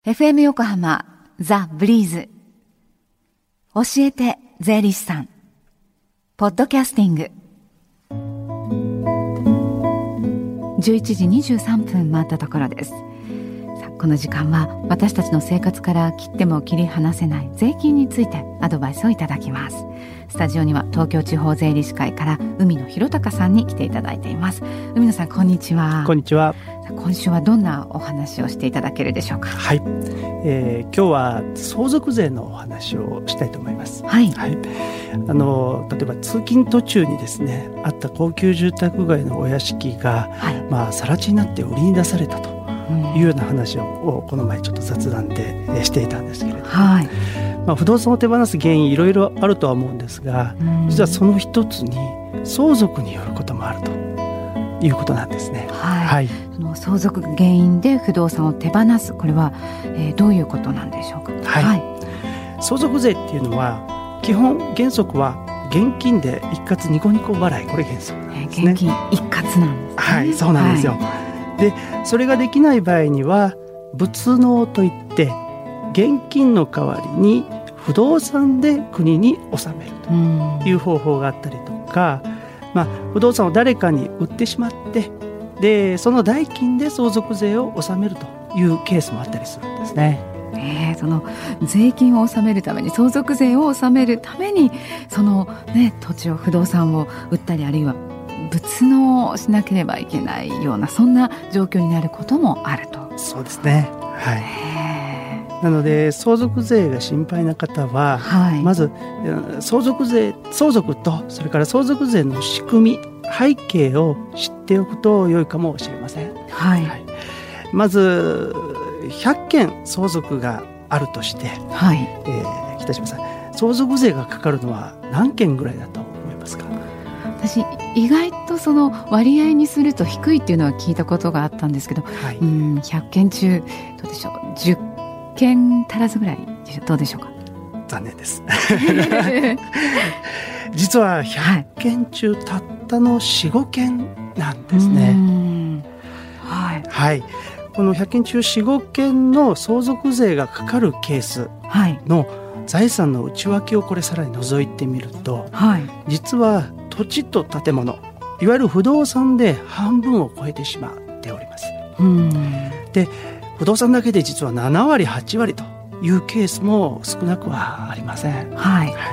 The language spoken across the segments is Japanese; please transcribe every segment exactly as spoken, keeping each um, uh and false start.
エフエム 横浜ザ・ブリーズ教えて税理士さんポッドキャスティングじゅういちじにじゅうさんぷん回ったところです。さあこの時間は私たちの生活から切っても切り離せない税金についてアドバイスをいただきます。スタジオには東京地方税理士会から海野博隆さんに来ていただいています。海野さん、こんにちは。 こんにちは。 今週はどんなお話をしていただけるでしょうか。 はい、えー、今日は相続税のお話をしたいと思います。 はい、 はい、あの例えば通勤途中にですねあった高級住宅街のお屋敷が、はい、まあ更地になって売りに出されたというような話をこの前ちょっと雑談でしていたんですけれども、はい、まあ、不動産を手放す原因いろいろあるとは思うんですが、実はその一つに相続によることもあるということなんですね。 はいはい、その相続原因で不動産を手放す、これは、えー、どういうことなんでしょうか。 はいはい、相続税っていうのは基本原則は現金で一括ニコニコ払い、これ原則なんですね。 現金一括なんですね。 はい、そうなんですよ。はい、でそれができない場合には物納といって現金の代わりに不動産で国に納めるという方法があったりとか、まあ、不動産を誰かに売ってしまってでその代金で相続税を納めるというケースもあったりするんですね。 えー、その税金を納めるために相続税を納めるためにその、ね、土地を不動産を売ったりあるいは物納しなければいけないようなそんな状況になることもあると。 そうですね。はい、なので相続税が心配な方は、はい、まず相続税相続とそれから相続税の仕組み背景を知っておくと良いかもしれません。はいはい、まずひゃっけん相続があるとして、はい、えー、北島さん、相続税がかかるのは何件ぐらいだと思いますか？ 私意外とその割合にすると低いっていうのは聞いたことがあったんですけど、はい、うん、ひゃっけん中どうでしょう、じゅっけん足らずぐらいどうでしょうか？ 残念です実はひゃっけん中たったの よん、ごけんなんですね。はい、はい、このひゃっけん中 よん、ごけんの相続税がかかるケースの財産の内訳をこれさらに除いてみると、はい、実は土地と建物いわゆる不動産で半分を超えてしまっております。うん、で不動産だけで実はななわりはちわりというケースも少なくはありません。はいはい、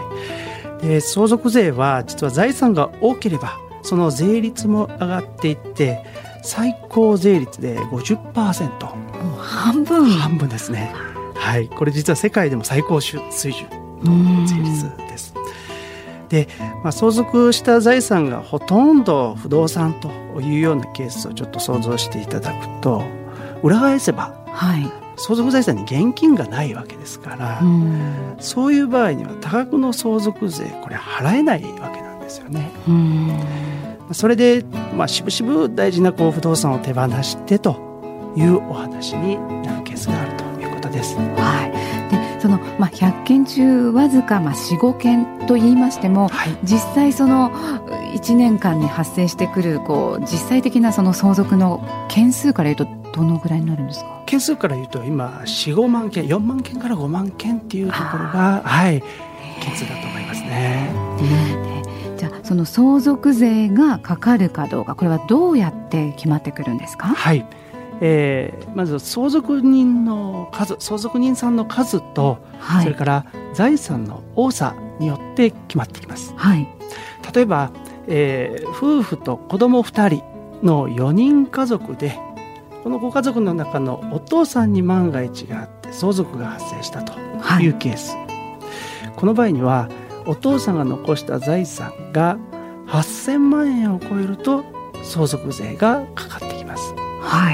で相続税は実は財産が多ければその税率も上がっていって最高税率で ごじゅっパーセント、もう半分半分ですね。はい、これ実は世界でも最高水準の税率です。で、まあ、相続した財産がほとんど不動産というようなケースをちょっと想像していただくと、裏返せば、はい、相続財産に現金がないわけですから、うん、そういう場合には多額の相続税これ払えないわけなんですよね。うん、それで、まあ、しぶしぶ大事なこう不動産を手放してというお話になるケースがあるということです。 はい、でその、まあ、ひゃっけん中わずか、まあ、よん、ごけんと言いましても、はい、実際そのいちねんかんに発生してくるこう実際的なその相続の件数からいうとどのぐらいになるんですか？ 件数からいうと今 よん、ごまんけんよんまんけんからごまんけんっていうところが、はい、件数だと思いますね。 うん、じゃあその相続税がかかるかどうか、これはどうやって決まってくるんですか？ はい、えー、まず相続人の数相続人さんの数と、はい、それから財産の多さによって決まってきます。はい、例えば、えー、夫婦と子供ふたりのよにん家族でこのご家族の中のお父さんに万が一があって相続が発生したというケース、はい、この場合にはお父さんが残した財産がはっせんまんえんを超えると相続税がかかってきます。はい、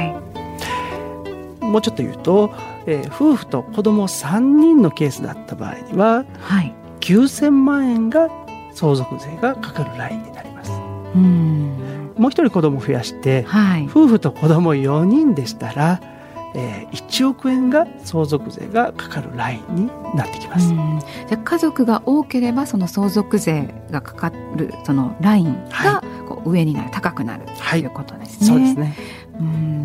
もうちょっと言うと、えー、夫婦と子供さんにんのケースだった場合には、はい、きゅうせんまんえんが相続税がかかるラインになります。うん、もう一人子供を増やして、はい、夫婦と子供よにんでしたら、えー、いちおくえんが相続税がかかるラインになってきます。うん、 じゃあ家族が多ければその相続税がかかるそのラインがこう上になる、高くなるということですね。 はい、そうですね。 うん、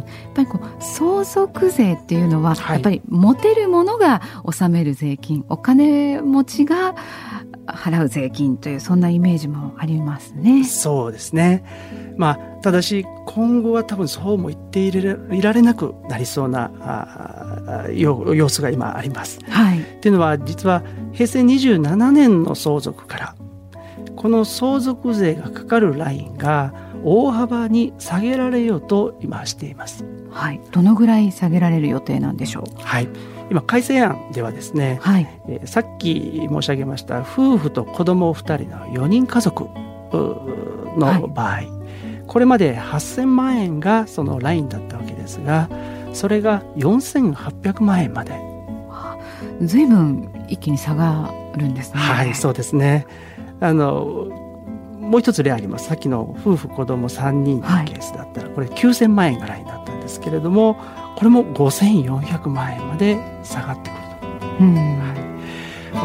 やっぱりこう相続税っていうのは、はい、やっぱり持てるものが納める税金、お金持ちが払う税金という、そんなイメージもありますね。 そうですね。まあ、ただし今後は多分そうも言っていられなくなりそうなあ様子が今あります。はい、というのは実はへいせいにじゅうななねんの相続からこの相続税がかかるラインが大幅に下げられようと今しています。 はい、どのぐらい下げられる予定なんでしょう。 はい、今改正案ではですね、はい、えー、さっき申し上げました夫婦と子供ふたりのよにん家族の場合、はい、これまではっせんまんえんがそのラインだったわけですが、それがよんせんはっぴゃくまんえんまで、 ずいぶん一気に下がるんですね。 はい、そうですね。あのもう一つ例あります。さっきの夫婦子供さんにんのケースだったら、はい、これきゅうせんまんえんがラインだったんですけれども、これもごせんよんひゃくまんえんまで下がってくると、うん、はい、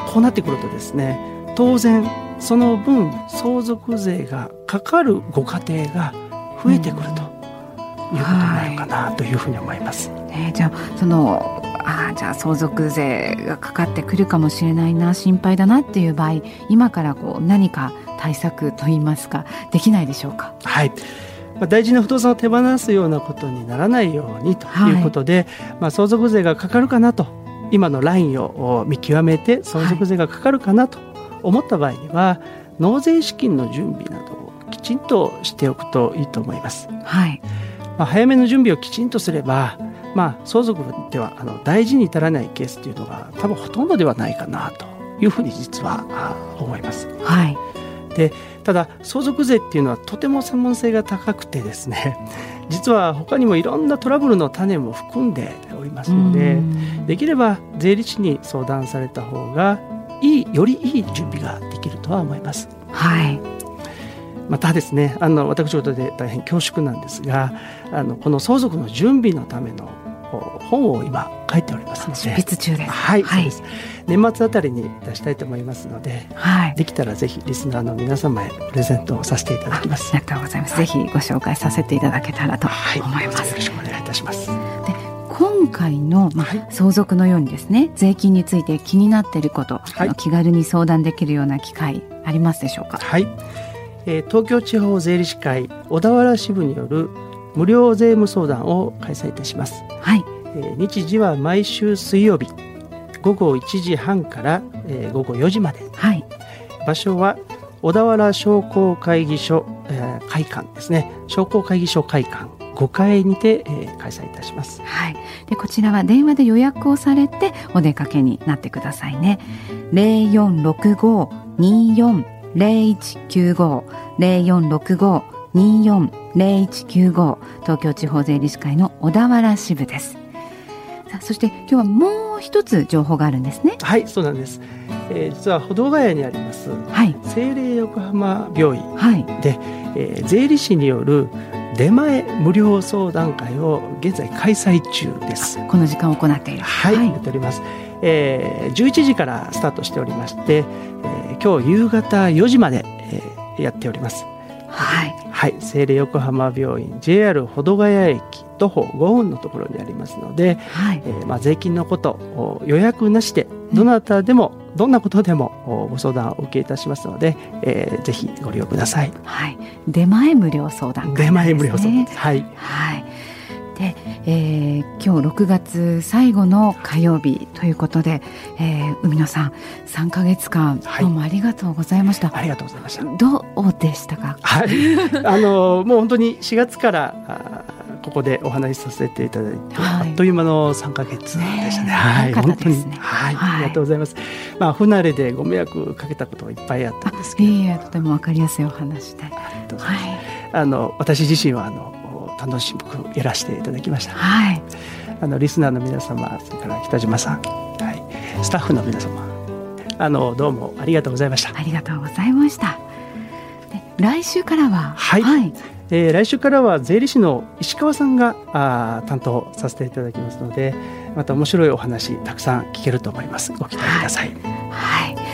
こうなってくるとですね、当然その分相続税がかかるご家庭が増えてくるということになるかなというふうに思います。 はい、ね、じゃあそのあじゃあ相続税がかかってくるかもしれないな、心配だなっていう場合、今からこう何か対策といいますかできないでしょうか。 はい、まあ、大事な不動産を手放すようなことにならないようにということで、はい、まあ、相続税がかかるかなと、今のラインを見極めて相続税がかかるかなと思った場合には、はい、納税資金の準備などをきちんとしておくといいと思います。はい、まあ、早めの準備をきちんとすれば、まあ、相続ではあの大事に至らないケースというのが多分ほとんどではないかなというふうに実は思います。はい、でただ相続税っていうのはとても専門性が高くてですね、実は他にもいろんなトラブルの種も含んでおりますので、できれば税理士に相談された方がいいよりいい準備ができるとは思います。はい、またですね、あの私事で大変恐縮なんですが、あのこの相続の準備のための本を今書いておりますので、 執筆中です。 はい、はい、そうです。年末あたりに出したいと思いますので、はい、できたらぜひリスナーの皆様へプレゼントをさせていただきます。 ありがとうございます。はい、ぜひご紹介させていただけたらと思います。はい、 よろしくお願いいたします。で今回の、まあはい、相続のようにですね、税金について気になっていること、はい、気軽に相談できるような機会ありますでしょうか。 はい、えー、東京地方税理士会小田原支部による無料税務相談を開催いたします。はい、えー、日時は毎週水曜日ごごいちじはんから、えー、ごごよじまで、はい、場所は小田原商工会議所、えー、会館ですね。商工会議所会館ごかいにて、えー、開催いたします。 はい、でこちらは電話で予約をされてお出かけになってくださいね。ゼロよんろくご にーよん ゼロいちきゅうご ゼロよんろくご にーよん ゼロいちきゅうご、東京地方税理士会の小田原支部です。さあ、そして今日はもう一つ情報があるんですね。 はい、そうなんです。えー、実は保土ヶ谷にあります、はい、聖霊横浜病院で、はい、えー、税理士による出前無料相談会を現在開催中です。 この時間を行っている。 はい、はい、やっております。えー、じゅういちじからスタートしておりまして、えー、今日夕方よじまで、えー、やっております。はい、はい、聖霊横浜病院 ジェイアール 保土ヶ谷駅徒歩ごふんのところにありますので、はい、えーまあ、税金のこと予約なしでどなたでも、うん、どんなことでもご相談をお受けいたしますので、えー、ぜひご利用ください。 はい、出前無料相談会ですね。 出前無料相談です。はい、 はい、で、えー、今日ろくがつ最後の火曜日ということで、えー、海野さんさんかげつかん、はい、どうもありがとうございました。 ありがとうございました。 どうでしたか。 はい、あのもう本当にしがつからここでお話しさせていただいて、はい、あっという間のさんかげつでしたね。はい、本当に、はい、ありがとうございます。まあ、不慣れでご迷惑かけたことはいっぱいあったんですけど、 いいえ、とても分かりやすいお話で、はい、 あの私自身はあの楽しくやらせていただきました。はい、あのリスナーの皆様、それから北島さん、はい、スタッフの皆様、あのどうもありがとうございました。 ありがとうございました。で来週からは、 はい、はい、えー、来週からは税理士の石川さんがあ担当させていただきますので、また面白いお話たくさん聞けると思います。ご期待ください。 はい、はい、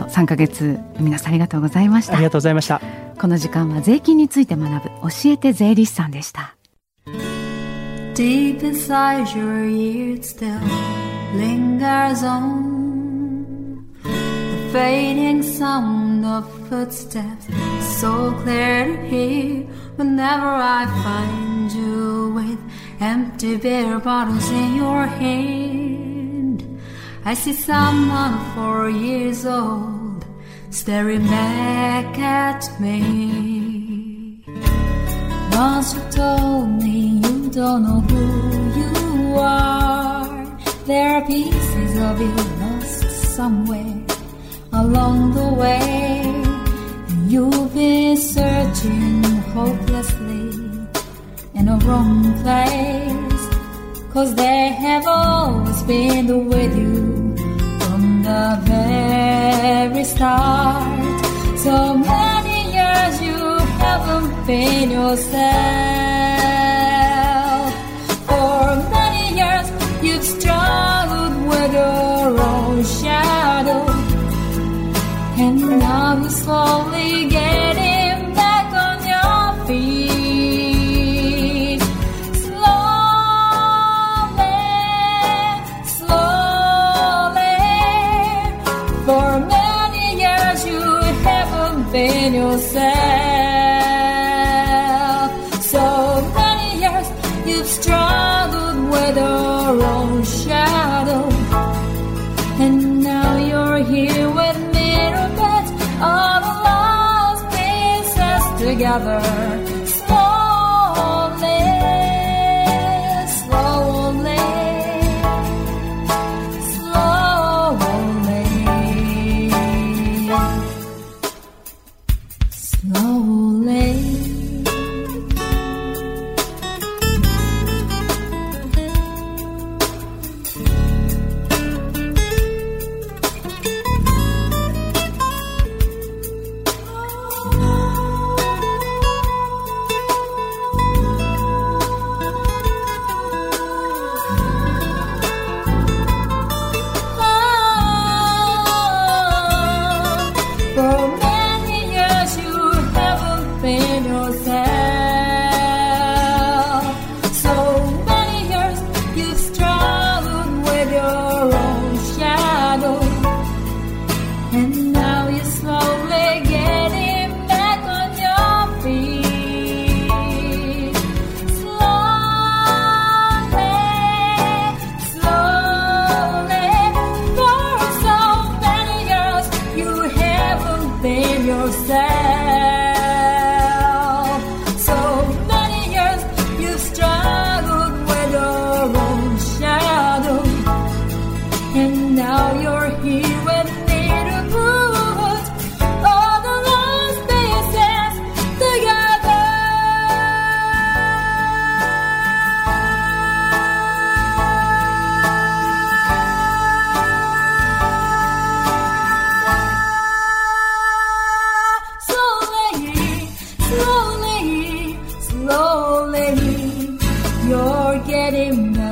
さんかげつ皆さんありがとうございました。 ありがとうございました。 この時間は税金について学ぶ教えて税理士さんでした。 deep inside your ear it still lingers on. The fading sound of footsteps so clear to hear whenever I find you with empty beer bottles in your hand. I see someone four years old staring back at me. Once you told me you don't know who you are. There are pieces of you lost somewhere along the way, and you've been searching hopelessly in a wrong place, 'cause they have always been with you from the very start. So many years you haven't been yourself. For many years you've struggled with your own shadow, and now you're slowly getting back on your feet. Slowly, slowly. For many years you haven't been yourself. So many years you've struggled with your own shadow, and now you're here with me to put all the lost pieces together. Slowly, slowly, slowly, slowly. Slowly, you're getting